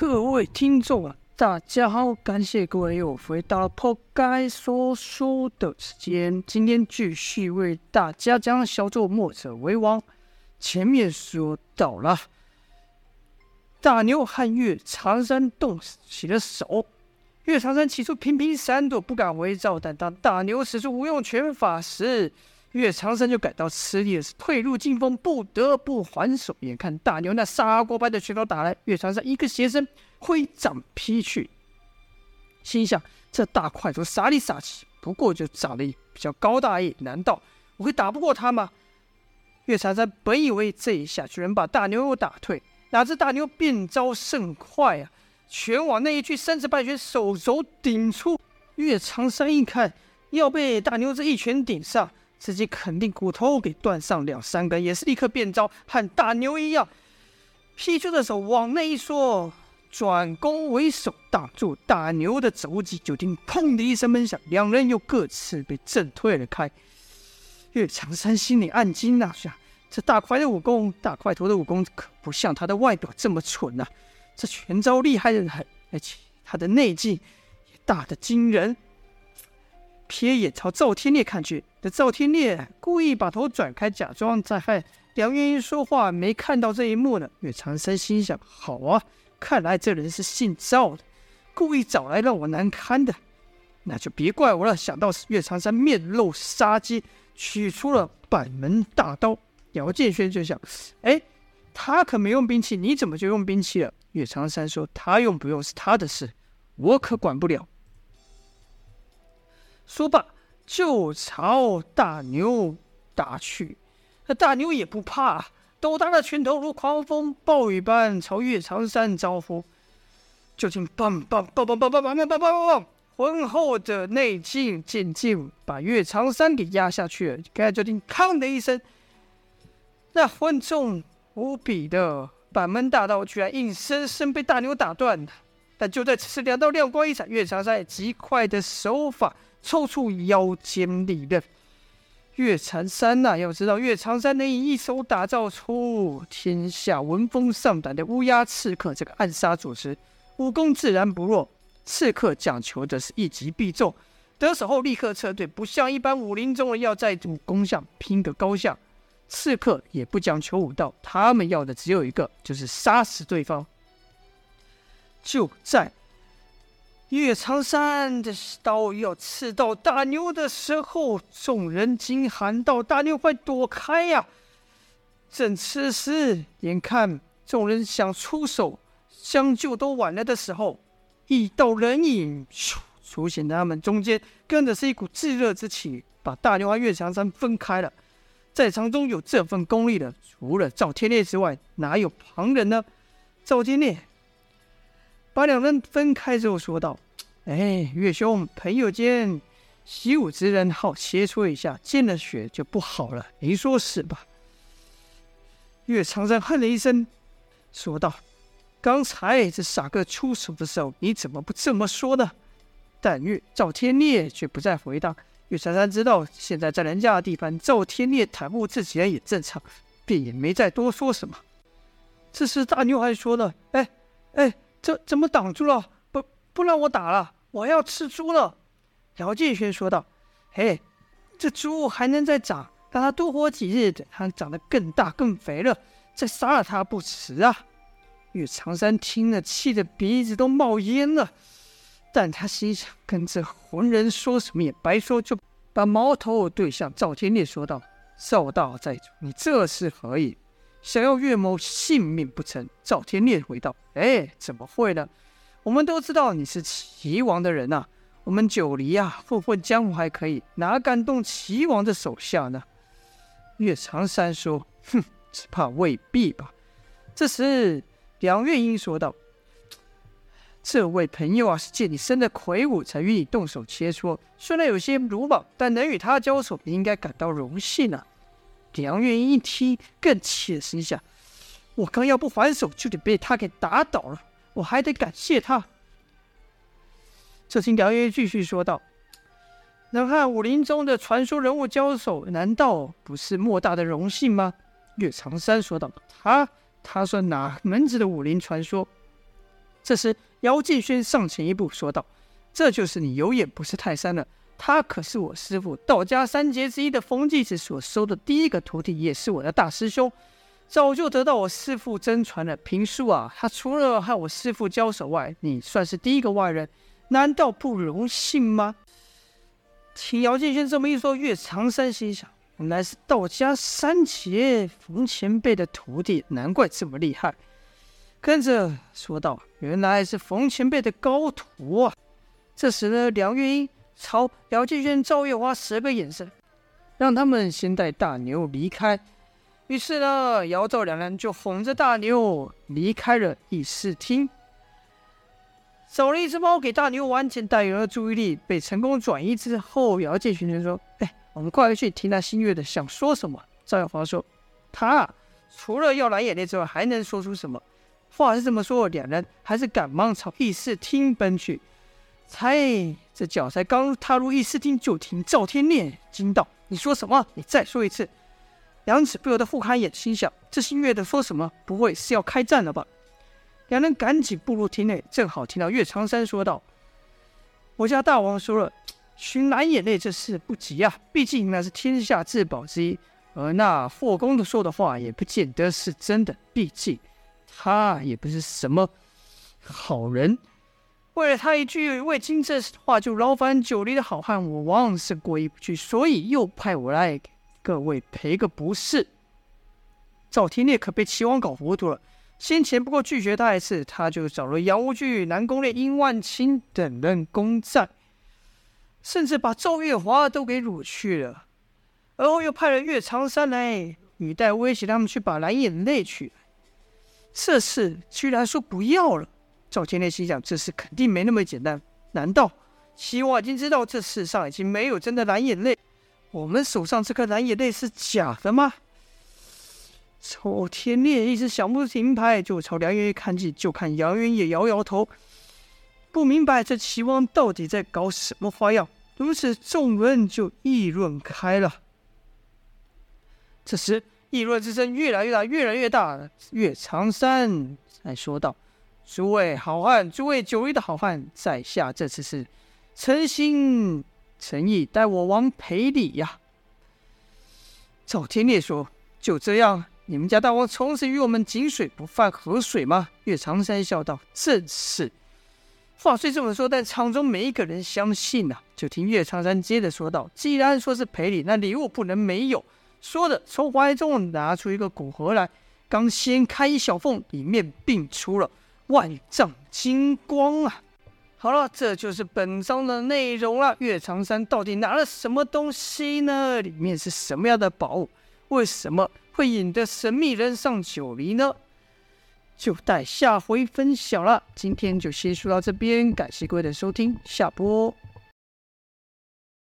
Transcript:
各位听众啊，大家好，感谢各位又回到了破该说书的时间。今天继续为大家讲小周末者为王。前面说到了，大牛和岳长山动起了手。岳长山起初频频闪躲，不敢回招，但当大牛使出无用拳法时，岳长山就感到吃力了，退入境锋，不得不还手。眼看大牛那砂锅般的拳头打来，岳长山一个斜身，挥掌劈去。心想：这大块头傻里傻气，不过就长得比较高大一点，难道我会打不过他吗？岳长山本以为这一下就能把大牛打退，哪知大牛变招甚快啊！拳往那一去，三尺半拳手肘顶出。岳长山一看要被大牛这一拳顶上，自己肯定骨头给断上两三根，也是立刻变招，和大牛一样，劈出的手往内一缩，转攻为守，挡住大牛的肘击。就听砰的一声闷响，两人又各自被震退了开。岳长山心里暗惊啊，这大块头的武功可不像他的外表这么蠢啊，这拳招厉害的很，而且他的内劲也大得惊人。瞥眼朝赵天烈看去，这赵天烈故意把头转开，假装在和梁元英说话，没看到这一幕呢。岳长山心想：好啊，看来这人是姓赵的，故意找来让我难堪的，那就别怪我了。想到岳长山面露杀机，取出了板门大刀。姚建轩就想：他可没用兵器，你怎么就用兵器了？岳长山说：他用不用是他的事，我可管不了。说罢就朝大牛打去。那大牛也不怕，斗大的拳头如狂风暴雨般朝岳长山招呼。就听棒棒棒棒棒棒棒棒棒棒，浑厚的内劲渐进把岳长山给压下去了。接着就听吭的一声，那浑重无比的板门大刀居然硬生生被大牛打断了。但就在此时，两道亮光一闪，岳长山极快的手法抽出腰间利刃。岳长山要知道，岳长山能以一手打造出天下闻风丧胆的乌鸦刺客这个暗杀组织，武功自然不弱。刺客讲求的是一击必中，得手后立刻撤退，不像一般武林中人要在武功上拼个高下。刺客也不讲求武道，他们要的只有一个，就是杀死对方。就在岳长山的刀要刺到大牛的时候，众人惊喊道：大牛快躲开呀！正此时，眼看众人想出手相救都晚了的时候，一道人影出现在他们中间，跟着是一股炙热之气，把大牛和岳长山分开了。在场中有这份功力的，除了赵天烈之外，哪有旁人呢？赵天烈把两人分开之后说道：岳兄，朋友间习武之人好切磋一下，见了血就不好了，你说是吧？岳长山哼了一声说道：刚才这傻哥出手的时候，你怎么不这么说呢？但赵天烈却不再回答。岳长山知道现在在人家的地盘，赵天烈袒护自己人也正常，便也没再多说什么。这时大牛还说了：这怎么挡住了？不让我打了，我要吃猪了。姚建轩说道：这猪还能再长，让它多活几日，等它长得更大更肥了，再杀了它不迟啊。岳长山听了，气得鼻子都冒烟了。但他心想，跟这浑人说什么也白说，就把矛头对向赵天烈说道：赵大寨主，你这是何意？想要岳某性命不成？赵天烈回道：怎么会呢？我们都知道你是齐王的人啊，我们九黎混混江湖还可以，哪敢动齐王的手下呢？岳长山说：只怕未必吧。这时梁月英说道：这位朋友是见你生得魁梧，才与你动手切磋，虽然有些鲁莽，但能与他交手，你应该感到荣幸啊。梁月英一听，更气了，心想：我刚要不还手，就得被他给打倒了，我还得感谢他。这听梁月英继续说道：能和武林中的传说人物交手，难道不是莫大的荣幸吗？岳长山说道：他算哪门子的武林传说？ 这时姚建轩上前一步说道：“这就是你有眼不识泰山了。他可是我师父道家三杰之一的冯继子所收的第一个徒弟，也是我的大师兄，早就得到我师父真传了评书啊。他除了和我师父交手外，你算是第一个外人，难道不荣幸吗？”听姚建轩这么一说，岳长山心想，原来是道家三杰冯前辈的徒弟，难怪这么厉害。跟着说道：“原来是冯前辈的高徒啊！”这时呢，梁月英朝姚建轩、赵月华使个眼神，让他们先带大牛离开。于是呢，姚赵两人就哄着大牛离开了议事厅。找了一只猫给大牛玩，见大牛的注意力被成功转移之后，姚建轩就说：“我们快去听他新月的想说什么。”赵月华说：“他除了要蓝眼泪之外，还能说出什么？”话是这么说，两人还是赶忙朝议事厅奔去。这脚才刚踏入议事厅，就听赵天烈惊道：“你说什么？你再说一次！”两子不由得互看一眼，心想：这新月的说什么？不会是要开战了吧？两人赶紧步入厅内，正好听到岳长山说道：“我家大王说了，寻蓝眼泪这事不急啊，毕竟那是天下至宝之一。而那霍公的说的话也不见得是真的，毕竟他也不是什么好人。为了他一句未经证实的话就劳烦九黎的好汉，我王是过意不去，所以又派我来给各位赔个不是。”赵天烈可被齐王搞糊涂了，先前不过拒绝他一次，他就找了杨无惧、南宫烈、殷万清等人攻战，甚至把赵月华都给掳去了，而后又派了岳长山来语带威胁他们去把蓝眼泪取来。这次居然说不要了。赵天烈心想，这事肯定没那么简单，难道齐王已经知道这世上已经没有真的蓝眼泪，我们手上这颗蓝眼泪是假的吗？赵天烈一时想不出名牌，就朝梁元业看去，就看杨元也摇摇头，不明白这齐王到底在搞什么花样。如此众人就议论开了。这时议论之声越来越大，越来越大。岳长山才说道：“诸位好汉，诸位九黎的好汉，在下这次是诚心诚意带我王赔礼呀。”赵天烈说：“就这样，你们家大王从此与我们井水不犯河水吗？”岳长山笑道：“正是。”话虽这么说，但场中没一个人相信啊。就听岳长山接着说道：“既然说是赔礼，那礼物不能没有。”说着从怀中拿出一个古盒来，刚掀开一小缝，里面并出了万丈金光啊！好了，这就是本章的内容了。岳长山到底拿了什么东西呢？里面是什么样的宝物？为什么会引得神秘人上九黎呢？就待下回分晓了。今天就先说到这边，感谢各位的收听，下播。